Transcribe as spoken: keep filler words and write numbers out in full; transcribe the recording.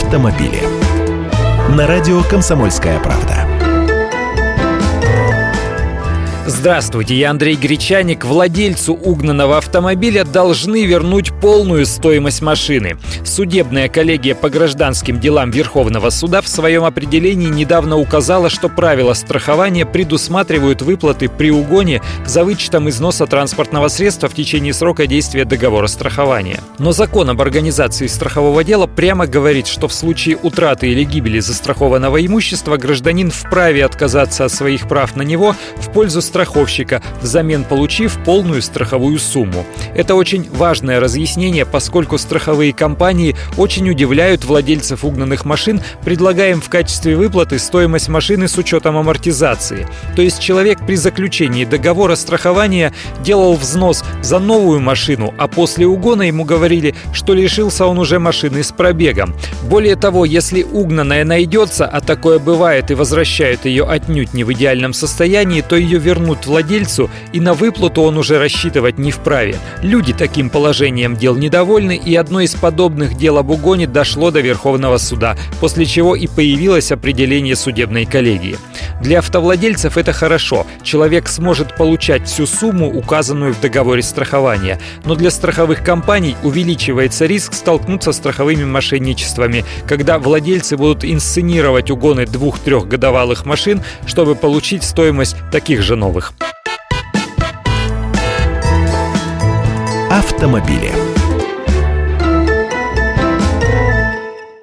автомобили. На радио «Комсомольская правда». Здравствуйте, я Андрей Гречаник. Владельцу угнанного автомобиля должны вернуть полную стоимость машины. Судебная коллегия по гражданским делам Верховного суда в своем определении недавно указала, что правила страхования предусматривают выплаты при угоне за вычетом износа транспортного средства в течение срока действия договора страхования. Но закон об организации страхового дела прямо говорит, что в случае утраты или гибели застрахованного имущества гражданин вправе отказаться от своих прав на него в пользу страхования страховщика, взамен получив полную страховую сумму. Это очень важное разъяснение, поскольку страховые компании очень удивляют владельцев угнанных машин, предлагая им в качестве выплаты стоимость машины с учетом амортизации. То есть человек при заключении договора страхования делал взнос за новую машину, а после угона ему говорили, что лишился он уже машины с пробегом. Более того, если угнанная найдется, а такое бывает, и возвращают ее отнюдь не в идеальном состоянии, то ее вернут владельцу, и на выплату он уже рассчитывать не вправе. Люди таким положением дел недовольны, и одно из подобных дел об угоне дошло до Верховного суда, после чего и появилось определение судебной коллегии. Для автовладельцев это хорошо. Человек сможет получать всю сумму, указанную в договоре страхования. Но для страховых компаний увеличивается риск столкнуться с страховыми мошенничествами, когда владельцы будут инсценировать угоны двух-трехгодовалых машин, чтобы получить стоимость таких же новых. Автомобили.